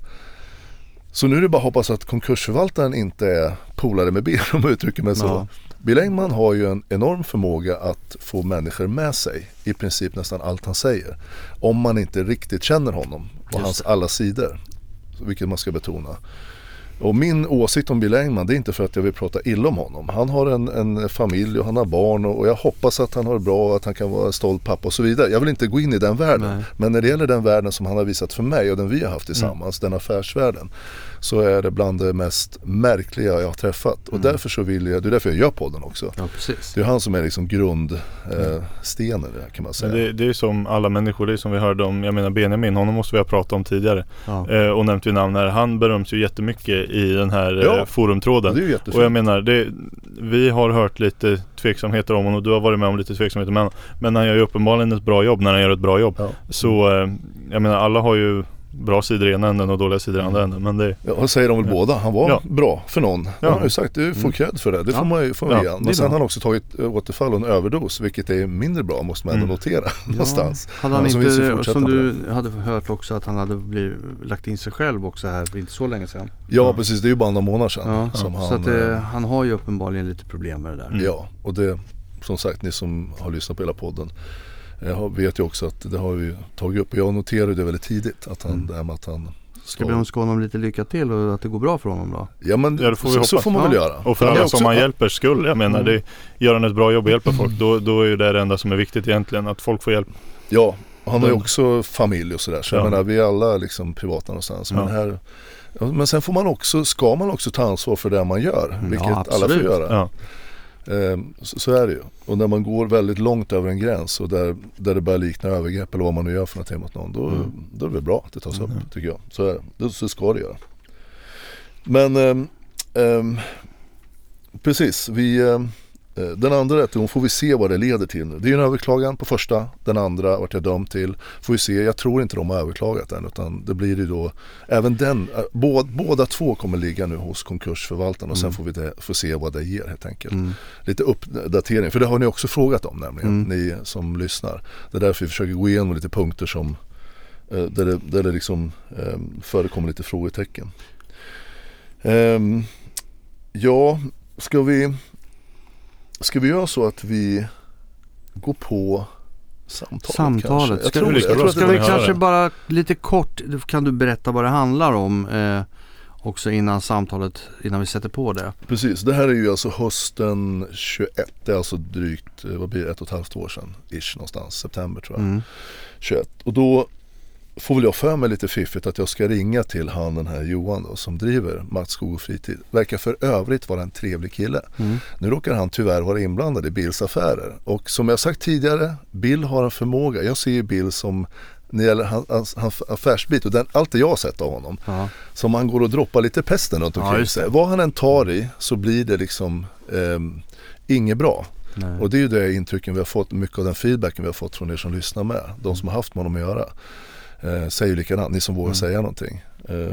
Så nu är det bara att hoppas att konkursförvaltaren inte är polare med Bill, om jag uttrycker mig så. Ja. Bill Engman har ju en enorm förmåga att få människor med sig, i princip nästan allt han säger. Om man inte riktigt känner honom och hans alla sidor, vilket man ska betona. Och min åsikt om Bill Engman, det är inte för att jag vill prata illa om honom. Han har en, en familj och han har barn och jag hoppas att han har det bra och att han kan vara en stolt pappa och så vidare. Jag vill inte gå in i den världen. Nej. Men när det gäller den världen som han har visat för mig och den vi har haft tillsammans, mm. den affärsvärlden, så är det bland det mest märkliga jag har träffat. Och mm. därför så vill jag, det är därför jag gör podden också. Ja, precis. Det är han som är liksom grundstenen eh, kan man säga. Men det, det är som alla människor, det är som vi hörde om, jag menar Benjamin, honom måste vi ha pratat om tidigare. Ja. Eh, och nämnt vid namn här. Han beröms ju jättemycket i den här ja, eh, forumtråden. Det är ju jättefint. Och jag menar, det, vi har hört lite tveksamheter om honom och du har varit med om lite tveksamheter. Men, men han gör ju uppenbarligen ett bra jobb när han gör ett bra jobb. Ja. Så eh, jag menar, alla har ju bra sidor i ena änden och dåliga sidor i andra änden. Men det, ja, säger de väl ja. båda. Han var ja. bra för någon. Ja. Han har ju sagt, du får cred för det. Det får man ju få ja. igen. Men sen har han också tagit återfall och en överdos, vilket är mindre bra, måste man ändå mm. notera ja. någonstans. Hade han inte, som, som du hade hört också, att han hade blivit, lagt in sig själv också här för inte så länge sedan. Ja, ja. precis. Det är ju bara några månader sedan. Ja. Som ja. han, så att det, han har ju uppenbarligen lite problem med det där. Mm. Ja, och det, som sagt, ni som har lyssnat på hela podden, jag vet ju också att det har vi tagit upp. Jag noterade det väldigt tidigt att han, mm. det här med att han ska vi önska honom lite lycka till och att det går bra för honom då? Ja, men ja, det får vi så, så får man ja. väl göra. Och för alla som man hjälper skull, jag menar, det, gör han ett bra jobb och hjälper folk, då, då är ju det det enda som är viktigt egentligen, att folk får hjälp. Ja, han har ju också familj och sådär, så ja. jag menar, vi är alla liksom privata någonstans. Men, ja. här, men sen får man också, ska man också ta ansvar för det man gör, vilket ja, alla får göra. Ja. Så, så är det ju. Och när man går väldigt långt över en gräns och där, där det börjar likna övergrepp eller vad man nu gör för någonting mot någon, då, mm. då är det väl bra att det tas upp, mm. tycker jag. Så är det. Så ska det göra. Men ähm, ähm, precis, vi, äh, den andra rättegången får vi se vad det leder till nu. Det är ju en överklagan på första, den andra vart jag dömd till. Får vi se, jag tror inte de har överklagat den, utan det blir ju då, även den, båda, båda två kommer ligga nu hos konkursförvaltaren och mm. sen får vi det, får se vad det ger helt enkelt. Mm. Lite uppdatering, för det har ni också frågat om nämligen, mm. ni som lyssnar. Det är därför vi försöker gå igenom lite punkter som, där det, där det liksom förekommer lite frågetecken. Um, ja, ska vi... ska vi göra så att vi går på samtalet? Samtalet. Ska, jag vi, jag tror ska vi kanske bara lite kort, kan du berätta vad det handlar om eh, också innan samtalet, innan vi sätter på det? Precis, det här är ju alltså hösten tjugoett, det är alltså drygt, vad blir det, ett och ett halvt år sedan, ish någonstans, september tror jag, mm. tjugoett. Och då får väl jag för mig lite fiffigt att jag ska ringa till han, den här Johan då, som driver Mats Skog och Fritid. Verkar för övrigt vara en trevlig kille. Mm. Nu råkar han tyvärr vara inblandad i Bills affärer. Och som jag sagt tidigare, Bill har en förmåga. Jag ser ju Bill som, när det gäller hans, hans affärsbit och den, allt det jag har sett av honom, uh-huh. som han går och droppar lite pesten runt omkring sig. Vad han än tar i så blir det liksom eh, inget bra. Nej. Och det är ju det intrycken vi har fått, mycket av den feedbacken vi har fått från er som lyssnar med. De som har haft med honom att göra. Eh, säger likadant, ni som vågar mm. säga någonting. Eh,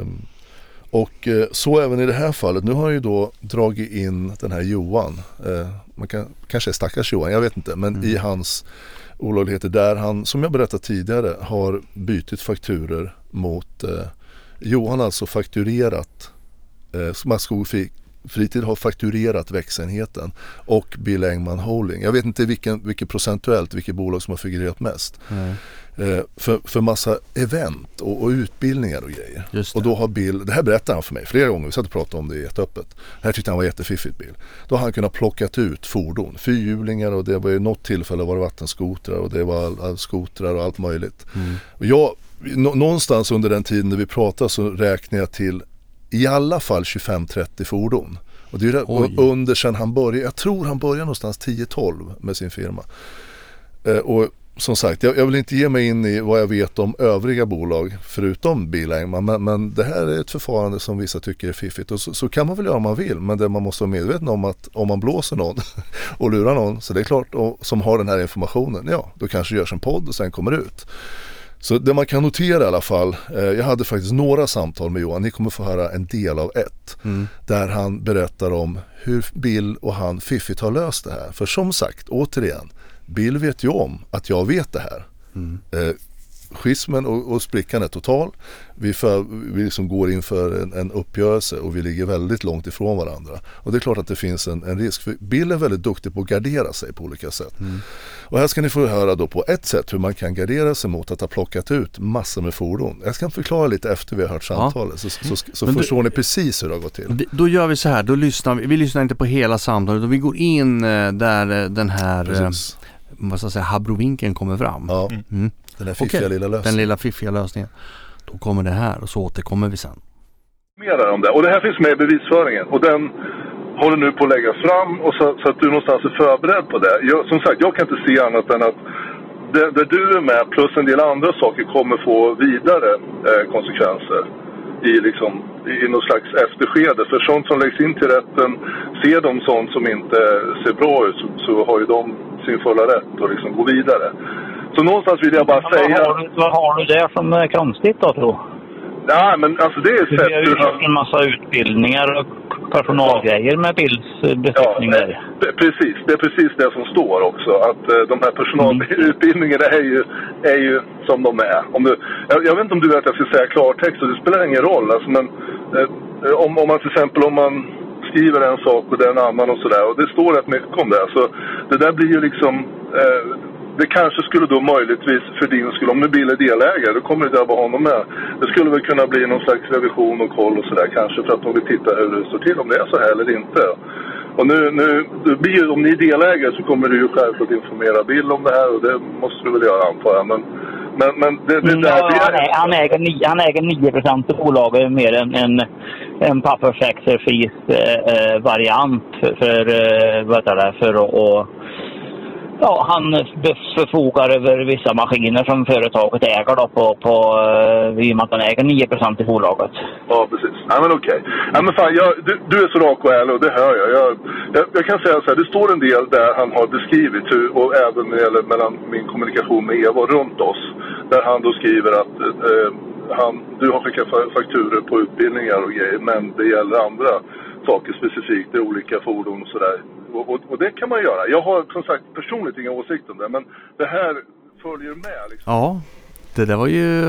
och eh, så även i det här fallet. Nu har jag ju då dragit in den här Johan. Eh, man kan, kanske är stackars Johan, jag vet inte. Men mm. i hans olagligheter där han, som jag berättade tidigare, har bytt fakturer mot eh, Johan alltså fakturerat eh, Mats Skog och Fritid har fakturerat växenheten och Bill Engman Holding. Jag vet inte vilken, vilken procentuellt, vilket bolag som har figurerat mest. Mm. Eh, för, för massa event och, och utbildningar och grejer. Och då har Bill, det här berättade han för mig flera gånger, vi satt och pratade om det jätteöppet. Det här tyckte han var jättefiffigt, Bill. Då har han kunnat plockat ut fordon, fyrhjulingar, och det var ju något tillfälle var det vattenskotrar och det var all, all skotrar och allt möjligt. Mm. Och jag, nå, någonstans under den tiden när vi pratade så räknade jag till i alla fall tjugofem trettio fordon. Och det är det, under sen han började, jag tror han började någonstans tio tolv med sin firma. Eh, och som sagt, jag, jag vill inte ge mig in i vad jag vet om övriga bolag förutom Bill Engman, men, men det här är ett förfarande som vissa tycker är fiffigt. Och så, så kan man väl göra om man vill, men det man måste vara medveten om att om man blåser någon och lurar någon, så det är klart, och, som har den här informationen, ja, då kanske görs en podd och sen kommer det ut. Så det man kan notera i alla fall, eh, jag hade faktiskt några samtal med Johan, ni kommer få höra en del av ett, mm. där han berättar om hur Bill och han fiffigt har löst det här. För som sagt, återigen, Bill vet ju om att jag vet det här. Mm. Eh, schismen och, och sprickan är total. Vi, för, vi liksom går in för en, en uppgörelse och vi ligger väldigt långt ifrån varandra. Och det är klart att det finns en, en risk. För Bill är väldigt duktig på att gardera sig på olika sätt. Mm. Och här ska ni få höra då på ett sätt hur man kan gardera sig mot att ha plockat ut massor med fordon. Jag ska förklara lite efter vi har hört samtalet. Ja. Så, så, så, så förstår du, ni precis hur det har gått till. Då gör vi så här, då lyssnar vi, vi lyssnar inte på hela samtalet. Då vi går in där den här... Precis. Vad ska jag säga, habrovinkeln kommer fram. Ja, mm. den här fiffiga okay. lilla lösningen. Den lilla fiffiga lösningen. Då kommer det här och så återkommer vi sen. Mer om det. Och det här finns med i bevisföringen. Och den håller nu på att lägga fram och så, så att du någonstans är förberedd på det. Jag, som sagt, jag kan inte se annat än att det, där du är med plus en del andra saker kommer få vidare eh, konsekvenser i, liksom, i, i någon slags efterskede. För sånt som läggs in till rätten, ser de sånt som inte ser bra ut, så, så har ju de sin fulla rätt och liksom gå vidare. Så någonstans vill jag bara men säga... Vad har, du, vad har du där som är konstigt då, tror jag? Nej, men alltså det är ett sätt... Du har ju en massa utbildningar och personalgrejer med Bills besättning där. Ja, precis. Det är precis det som står också. Att uh, de här personalutbildningarna är ju, är ju som de är. Om du, jag, jag vet inte om du vet att jag ska säga klartext, och det spelar ingen roll. Alltså, men uh, om, om man till exempel om man skriver en sak och den annan och sådär. Och det står rätt mycket om det. Så det där blir ju liksom... Uh, Det kanske skulle då möjligtvis för din skull, om du blir delägare, då kommer det drabba honom med. Det skulle väl kunna bli någon slags revision och koll och sådär kanske, för att de vill titta hur det står till, om det är så här eller inte. Och nu, nu det blir, om ni är delägare så kommer du ju självklart informera Bill om det här, och det måste du väl göra, antar jag. Men, men, men det, det där... Ja, det är... han, äger nio, han äger nio procent av bolaget, mer än en, en pappersexercis eh, variant för, eh, vad är det, för att... Ja, han förfogar över vissa maskiner som företaget äger då på, på i och med att han äger nio procent i bolaget. Ja, precis. Ja, men okej. Okay. Ja, men fan, jag, du, du är så rak och ärlig, och det hör jag. Jag, jag. jag kan säga så här, det står en del där han har beskrivit hur, och även när det gäller mellan min kommunikation med Eva runt oss, där han då skriver att eh, han, du har skickat fakturer på utbildningar och grejer, men det gäller andra saker specifikt, det är olika fordon och sådär. Och, och, och det kan man göra. Jag har som sagt personligt inga åsikter om det, men det här följer med. Liksom. Ja, det där var ju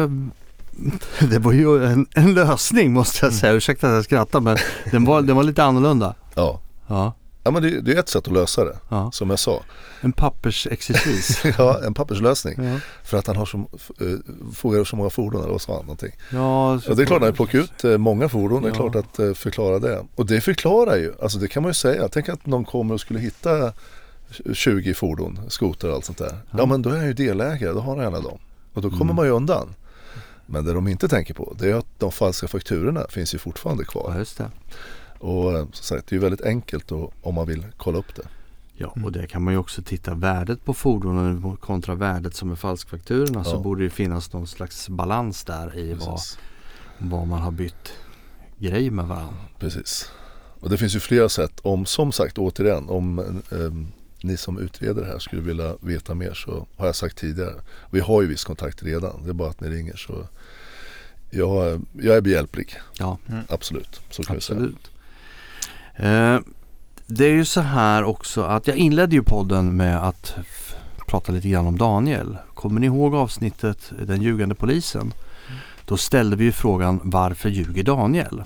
det var ju en, en lösning, måste jag säga. Ursäkta att jag skrattar, men den var, den var lite annorlunda. Ja. Ja. Ja, men det, det är ett sätt att lösa det, ja. Som jag sa. En pappersexercis. Ja, en papperslösning. Ja. För att han har så, äh, fogar så många fordon eller vad sa han någonting. Ja, så det är klart att han plockar ut äh, många fordon, ja. Det är klart att äh, förklara det. Och det förklarar ju, alltså det kan man ju säga. Tänk att någon kommer och skulle hitta tjugo fordon, skoter och allt sånt där. Ja, ja men då är han ju delägare, då har han gärna dem. Och då kommer mm. man ju undan. Men det de inte tänker på, det är att de falska fakturorna finns ju fortfarande kvar. Ja, just det. Och så sagt, det är ju väldigt enkelt då, om man vill kolla upp det. Ja, och det kan man ju också titta värdet på fordonen kontra värdet som är falskfakturorna, ja. Så borde det finnas någon slags balans där i vad, vad man har bytt grej med varandra. Precis. Och det finns ju flera sätt, om som sagt återigen, om eh, ni som utreder det här skulle vilja veta mer så har jag sagt tidigare. Vi har ju viss kontakt redan, det är bara att ni ringer så jag, jag är behjälplig. Ja. Mm. Absolut, så kan Absolut. Jag säga. Eh, det är ju så här också att jag inledde ju podden med att f- prata lite grann om Daniel. Kommer ni ihåg avsnittet Den ljugande polisen? Mm. Då ställde vi ju frågan, varför ljuger Daniel?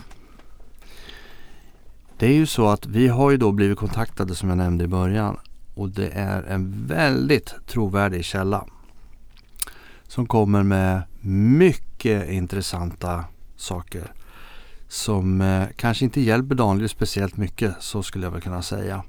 Det är ju så att vi har ju då blivit kontaktade som jag nämnde i början. Och det är en väldigt trovärdig källa. Som kommer med mycket intressanta saker. Som eh, kanske inte hjälper Daniel speciellt mycket, så skulle jag väl kunna säga.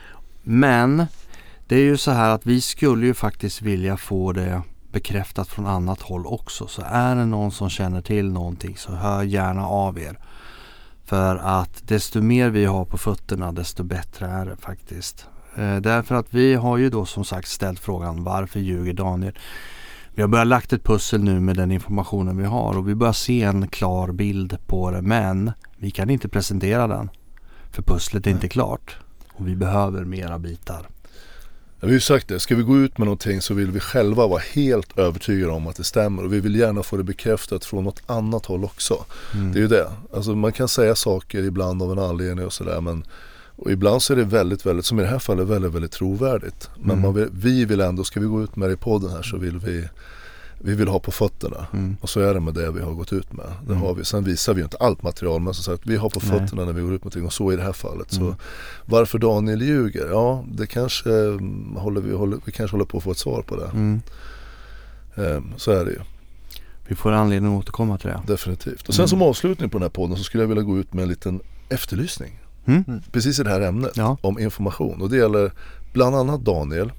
Men det är ju så här att vi skulle ju faktiskt vilja få det bekräftat från annat håll också. Så är det någon som känner till någonting så hör gärna av er. För att desto mer vi har på fötterna desto bättre är det faktiskt. Eh, därför att vi har ju då som sagt ställt frågan, varför ljuger Daniel? Vi har börjat lagt ett pussel nu med den informationen vi har och vi börjar se en klar bild på det, men vi kan inte presentera den. För pusslet är inte klart och vi behöver mera bitar. Jag har ju sagt det, ska vi gå ut med någonting så vill vi själva vara helt övertygade om att det stämmer och vi vill gärna få det bekräftat från något annat håll också. Mm. Det är ju det. Alltså man kan säga saker ibland av en anledning och sådär, men och ibland så är det väldigt, väldigt, som i det här fallet, väldigt, väldigt trovärdigt. Men mm. man vill, vi vill ändå, ska vi gå ut med det i podden här så vill vi vi vill ha på fötterna. Mm. Och så är det med det vi har gått ut med. Det mm. har vi. Sen visar vi ju inte allt material, men så sagt, vi har på Nej. fötterna när vi går ut med någonting, och så i det här fallet. Mm. Så varför Daniel ljuger? Ja, det kanske håller vi, håller, vi kanske håller på att få ett svar på det. Mm. Um, så är det ju. Vi får anledning att återkomma till det. Definitivt. Och sen mm. som avslutning på den här podden så skulle jag vilja gå ut med en liten efterlysning. Mm. Precis i det här ämnet, ja. Om information. Och det gäller bland annat Daniel.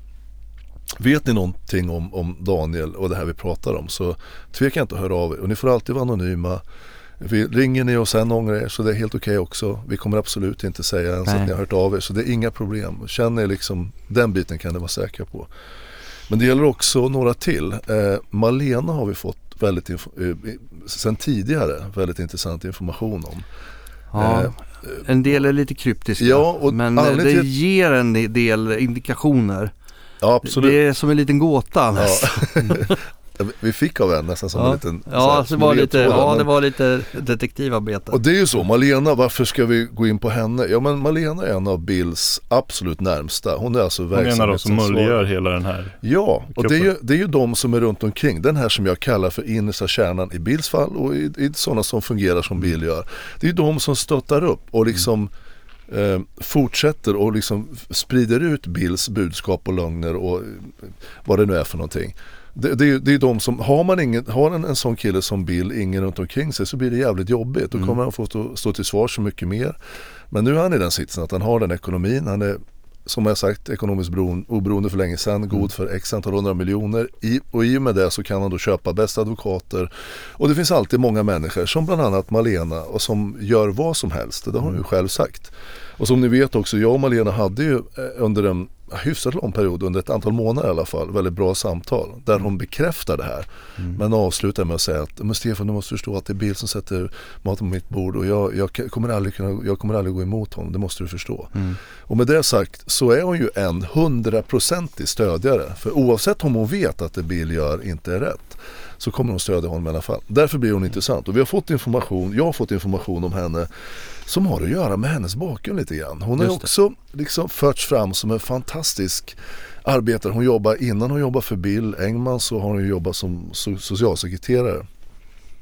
Vet ni någonting om, om Daniel och det här vi pratar om, så tveka inte att höra av er. Och ni får alltid vara anonyma. Vi ringer ni och sen ångrar er, så det är helt okej okay också. Vi kommer absolut inte säga ens att ni har hört av er, så det är inga problem. Känner liksom, den biten kan ni vara säkra på. Men det gäller också några till. Eh, Malena har vi fått väldigt inf- eh, sen tidigare väldigt intressant information om. Ja. Eh, En del är lite kryptiska, ja, och men det till... ger en del indikationer. Ja, absolut. Det är som en liten gåta. Ja. Vi fick av en nästan som ja. en liten... Ja, så det var lite, ja, det var lite detektivarbete. Och det är ju så, Malena, varför ska vi gå in på henne? Ja, men Malena är en av Bills absolut närmsta. Hon är alltså verksamhetsansvarig. Hon menar de som möjliggör hela den här. Ja, och det är, ju, det är ju de som är runt omkring. Den här som jag kallar för innersta kärnan i Bills fall och i, i sådana som fungerar som Bill gör. Det är ju de som stöttar upp och liksom... Eh, fortsätter och liksom sprider ut Bills budskap och lögner och vad det nu är för någonting. Det, det, det är de som, har man ingen, har en, en sån kille som Bill, ingen runt omkring sig, så blir det jävligt jobbigt. Då kommer mm. han få stå, stå till svar så mycket mer. Men nu är han i den sitsen att han har den ekonomin. Han är, som jag sagt, ekonomiskt beroende, oberoende för länge sedan, god för x antal hundra miljoner. I, och i och med det så kan han då köpa bästa advokater. Och det finns alltid många människor, som bland annat Malena, och som gör vad som helst. Det har hon ju själv sagt. Och som ni vet också, jag och Malena hade ju under en hyfsat lång period, under ett antal månader i alla fall, väldigt bra samtal där hon bekräftar det här. Mm. Men avslutar med att säga att men Stefan, du måste förstå att det är Bill som sätter maten på mitt bord och jag, jag, kommer, aldrig kunna, jag kommer aldrig gå emot honom, det måste du förstå. Mm. Och med det sagt så är hon ju en hundraprocentig stödjare, för oavsett om hon vet att det Bill gör inte är rätt, så kommer hon stödja honom i alla fall. Därför blir hon intressant. Och vi har fått information, jag har fått information om henne som har att göra med hennes bakgrund lite grann. Hon har också liksom förts fram som en fantastisk arbetare. Hon jobbar, innan hon jobbar för Bill Engman så har hon jobbat som socialsekreterare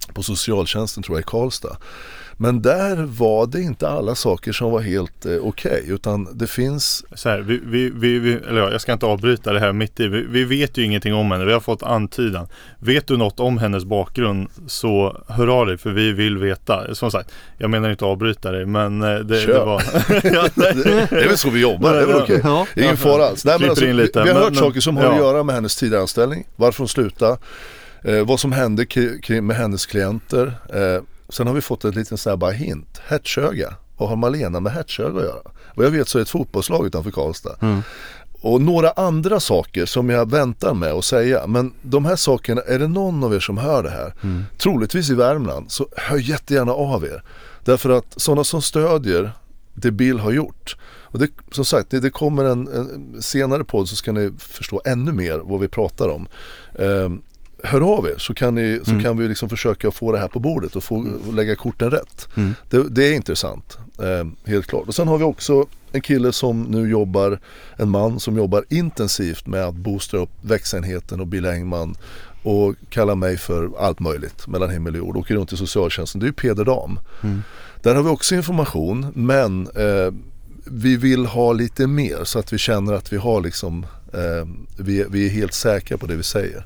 på socialtjänsten tror jag i Karlstad. Men där var det inte alla saker som var helt eh, okej, okay, utan det finns... Så här, vi, vi, vi, vi, eller ja, jag ska inte avbryta det här mitt i. Vi, vi vet ju ingenting om henne, vi har fått antydan. Vet du något om hennes bakgrund så hör av dig, för vi vill veta. Som sagt, jag menar inte avbryta dig, men det, det var... ja, det, det är väl så vi jobbar, det är väl okej. Okay. Ja. Det är ingen fara alls. Nej, men alltså, vi, vi har men, hört men, saker som har ja. att göra med hennes tidigare anställning, varför hon slutade, eh, vad som hände k- med hennes klienter. Eh, Sen har vi fått ett litet sån här bara hint. Hertsöga. Vad har Malena med Hertsöga att göra? Och jag vet så är det ett fotbollslag utanför Karlstad. Mm. Och några andra saker som jag väntar med att säga. Men de här sakerna, är det någon av er som hör det här? Mm. Troligtvis i Värmland. Så hör jättegärna av er. Därför att sådana som stödjer det Bill har gjort. Och det, som sagt, det, det kommer en, en senare podd så ska ni förstå ännu mer vad vi pratar om. Um, Hör av er så kan, ni, så mm. kan vi liksom försöka få det här på bordet och få och lägga korten rätt. Mm. Det, det är intressant, eh, helt klart. Och sen har vi också en kille som nu jobbar, en man som jobbar intensivt med att boosta upp växenheten och Bill Engman och kalla mig för allt möjligt mellan himmel och jord. Åker runt i socialtjänsten, det är ju Peder Dam. Mm. Där har vi också information, men eh, vi vill ha lite mer så att vi känner att vi har liksom, eh, vi, vi är helt säkra på det vi säger.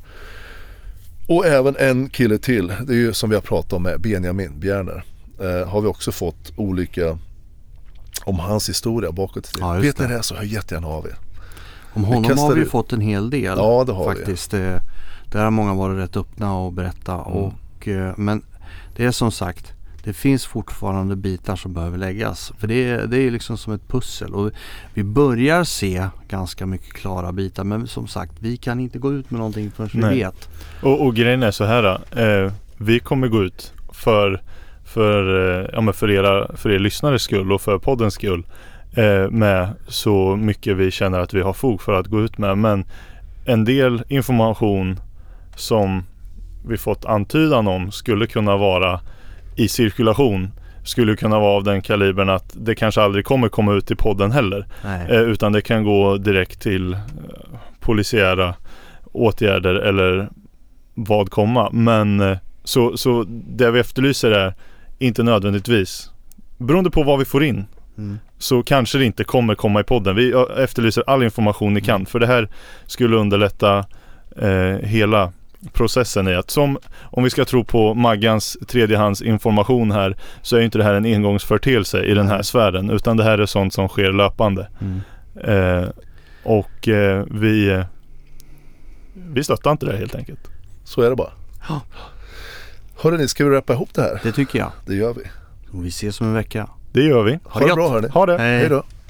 Och även en kille till, det är ju som vi har pratat om med Benjamin Bjärner, eh, har vi också fått olika om hans historia bakåt. Ja, vet ni det så hör jättegärna av er. Om honom har vi fått en hel del. Ja, det har faktiskt. vi. Det, där har många varit rätt öppna och berätta. Mm. Och, eh, men det är som sagt, det finns fortfarande bitar som behöver läggas. För det är, det är liksom som ett pussel. Och vi börjar se ganska mycket klara bitar. Men som sagt, vi kan inte gå ut med någonting förrän vi vet. Och, och grejen är så här. Eh, vi kommer gå ut för, för, eh, ja, men för, era, för er lyssnares skull och för poddens skull. Eh, med så mycket vi känner att vi har fog för att gå ut med. Men en del information som vi fått antydan om skulle kunna vara i cirkulation, skulle kunna vara av den kalibern att det kanske aldrig kommer komma ut i podden heller. Eh, utan det kan gå direkt till eh, polisiära åtgärder eller vad komma. Men eh, så, så det vi efterlyser är inte nödvändigtvis, beroende på vad vi får in, mm. så kanske det inte kommer komma i podden. Vi efterlyser all information ni kan, mm. för det här skulle underlätta eh, hela processen i att, som om vi ska tro på Maggans tredjehands information här, så är inte det här en engångsförteelse i den här sfären, utan det här är sånt som sker löpande. Mm. Eh, och eh, vi vi stöttar inte det helt enkelt. Så är det bara. Ja. Hörrni, ska vi rappa ihop det här? Det tycker jag. Det gör vi. Och vi ses om en vecka. Det gör vi. Ha, ha det bra, hörni. Ha det. Hej då.